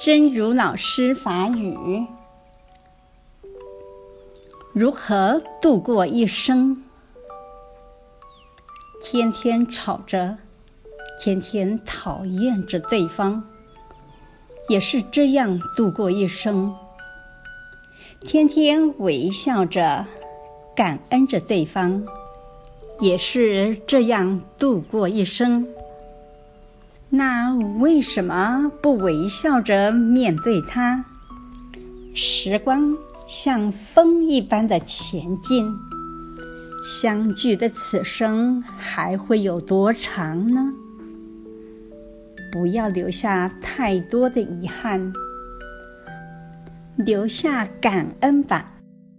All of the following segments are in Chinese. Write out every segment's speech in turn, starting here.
真如老师法语：如何度过一生？天天吵着，天天讨厌着对方，也是这样度过一生；天天微笑着，感恩着对方，也是这样度过一生。那为什么不微笑着面对它？时光像风一般的前进，相聚的此生还会有多长呢？不要留下太多的遗憾，留下感恩吧。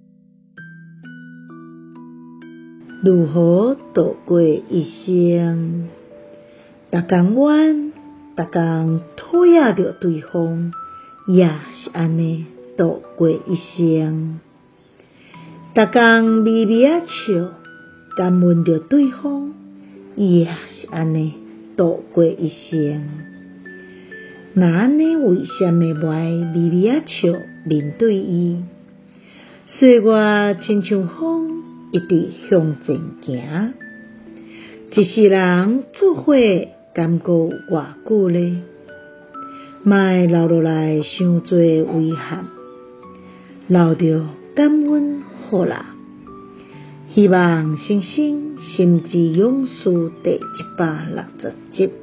如何度过一生？逐天怨，逐天讨厌着对方，也是安尼度过一生。逐天微微啊笑，感恩着对方，也是安尼度过一生。那安尼为什么不爱微微啊笑面对伊？岁月亲像风，一直向前行。一世人做伙甘过有偌久呢？莫留落来伤多遗憾，留着感恩好啦。希望新生心之勇士第160集。